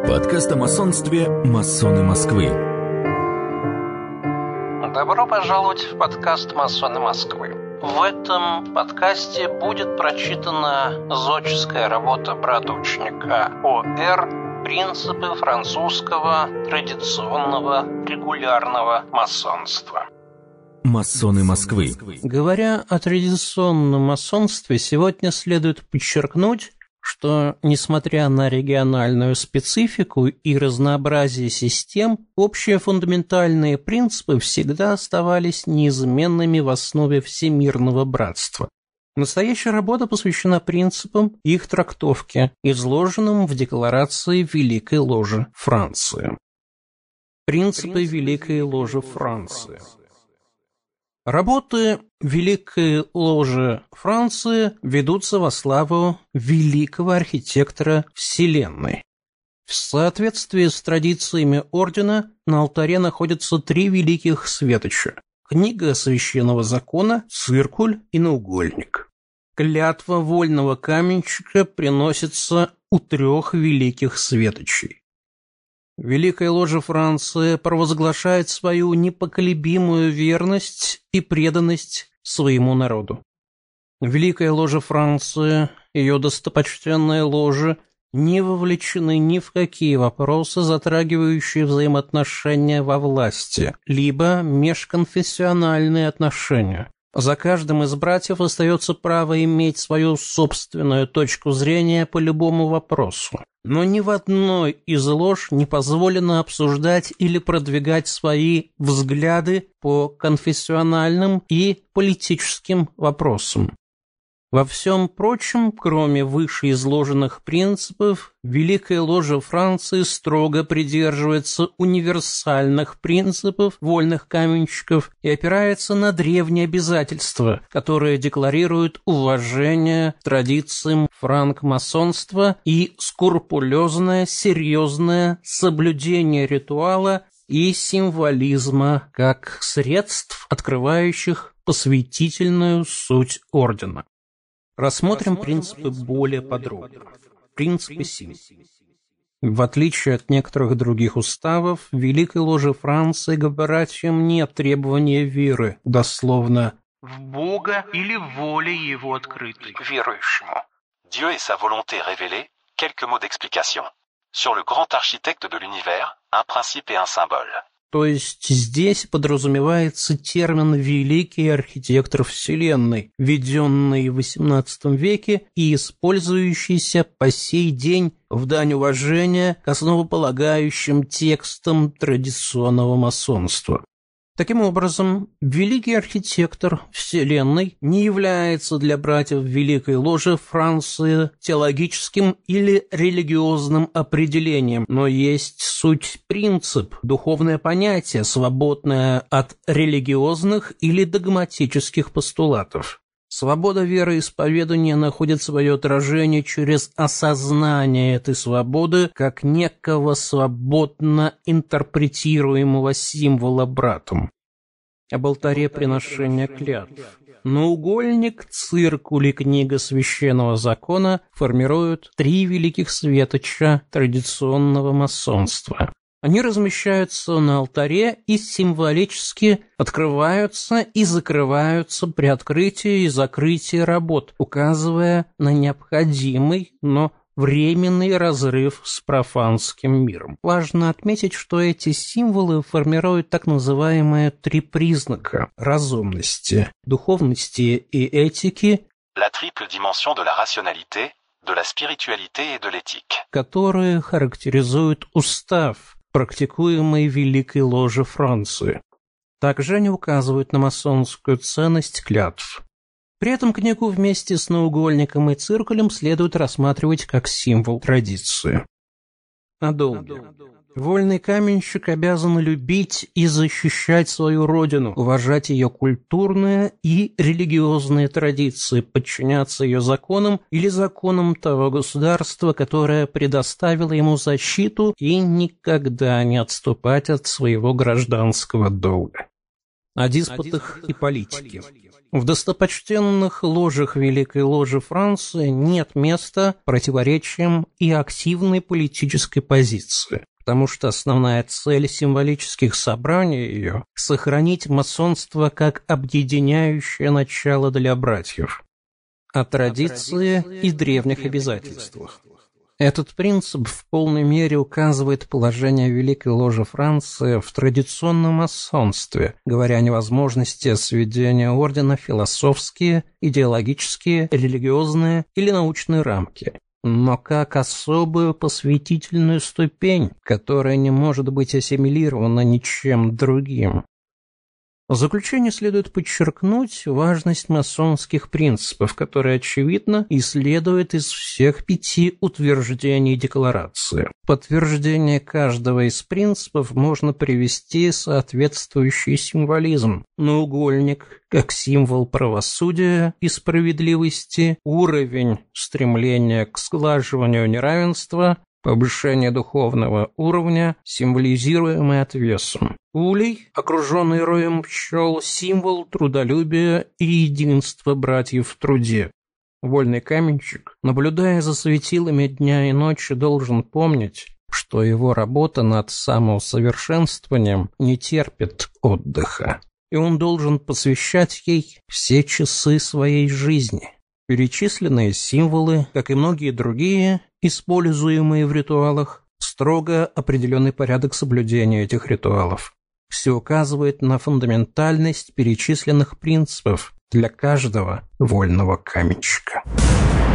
Подкаст о масонстве «Масоны Москвы». Добро пожаловать в подкаст «Масоны Москвы». В этом подкасте будет прочитана зодческая работа брата-ученика О.Р. «Принципы французского традиционного регулярного масонства». Масоны Москвы. Говоря о традиционном масонстве, сегодня следует подчеркнуть, что, несмотря на региональную специфику и разнообразие систем, общие фундаментальные принципы всегда оставались неизменными в основе всемирного братства. Настоящая работа посвящена принципам и их трактовке, изложенным в Декларации Великой Ложи Франции. Принципы Великой Ложи Франции. Работы Великой Ложи Франции ведутся во славу великого архитектора Вселенной. В соответствии с традициями ордена на алтаре находятся три великих светоча: книга священного закона, циркуль и наугольник. Клятва вольного каменщика приносится у трех великих светочей. Великая Ложа Франции провозглашает свою непоколебимую верность и преданность своему народу. Великая Ложа Франции, ее достопочтенные ложи, не вовлечены ни в какие вопросы, затрагивающие взаимоотношения во власти, либо межконфессиональные отношения. За каждым из братьев остается право иметь свою собственную точку зрения по любому вопросу. Но ни в одной из лож не позволено обсуждать или продвигать свои взгляды по конфессиональным и политическим вопросам. Во всем прочем, кроме вышеизложенных принципов, Великая Ложа Франции строго придерживается универсальных принципов вольных каменщиков и опирается на древние обязательства, которые декларируют уважение традициям франкмасонства и скрупулезное, серьезное соблюдение ритуала и символизма как средств, открывающих посвятительную суть ордена. Рассмотрим принципы более подробно. Принципы 7. В отличие от некоторых других уставов, в Великой Ложе Франции к братьям нет требования веры, дословно «в Бога или в воле Его открытой верующему». Dieu et sa volonté révélée, quelques mots d'explication. Sur le grand architecte de l'univers, un principe et un symbole. То есть здесь подразумевается термин «великий архитектор Вселенной», введенный в XVIII веке и использующийся по сей день в дань уважения к основополагающим текстам традиционного масонства. Таким образом, великий архитектор Вселенной не является для братьев Великой Ложи Франции теологическим или религиозным определением, но есть суть принцип, духовное понятие, свободное от религиозных или догматических постулатов. Свобода вероисповедания находит свое отражение через осознание этой свободы как некого свободно интерпретируемого символа братом. Об алтаре приношения клятв. Наугольник, циркуль и книга священного закона формируют три великих светоча традиционного масонства. Они размещаются на алтаре и символически открываются и закрываются при открытии и закрытии работ, указывая на необходимый, но временный разрыв с профанским миром. Важно отметить, что эти символы формируют так называемые три признака разумности, духовности и этики, La triple dimension de la rationalité, de la spiritualité et de l'éthique. которые характеризуют устав, практикуемой Великой Ложи Франции. Также они указывают на масонскую ценность клятв. При этом книгу вместе с наугольником и циркулем следует рассматривать как символ традиции. О долге. Вольный каменщик обязан любить и защищать свою родину, уважать ее культурные и религиозные традиции, подчиняться ее законам или законам того государства, которое предоставило ему защиту, и никогда не отступать от своего гражданского долга. О диспутах и политике. В достопочтенных ложах Великой Ложи Франции нет места противоречиям и активной политической позиции, потому что основная цель символических собраний ее – сохранить масонство как объединяющее начало для братьев, о традиции и древних обязательствах. Этот принцип в полной мере указывает положение Великой Ложи Франции в традиционном масонстве, говоря о невозможности сведения ордена в философские, идеологические, религиозные или научные рамки, но как особую посвятительную ступень, которая не может быть ассимилирована ничем другим. В заключение следует подчеркнуть важность масонских принципов, которые, очевидно, и следуют из всех 5 утверждений декларации. В подтверждение каждого из принципов можно привести соответствующий символизм. Наугольник, как символ правосудия и справедливости, уровень стремления к сглаживанию неравенства, повышение духовного уровня, символизируемый отвесом. Улей, окруженный роем пчел, символ трудолюбия и единства братьев в труде. Вольный каменщик, наблюдая за светилами дня и ночи, должен помнить, что его работа над самоусовершенствованием не терпит отдыха, и он должен посвящать ей все часы своей жизни. Перечисленные символы, как и многие другие, используемые в ритуалах, строго определенный порядок соблюдения этих ритуалов. Все указывает на фундаментальность перечисленных принципов для каждого вольного каменщика.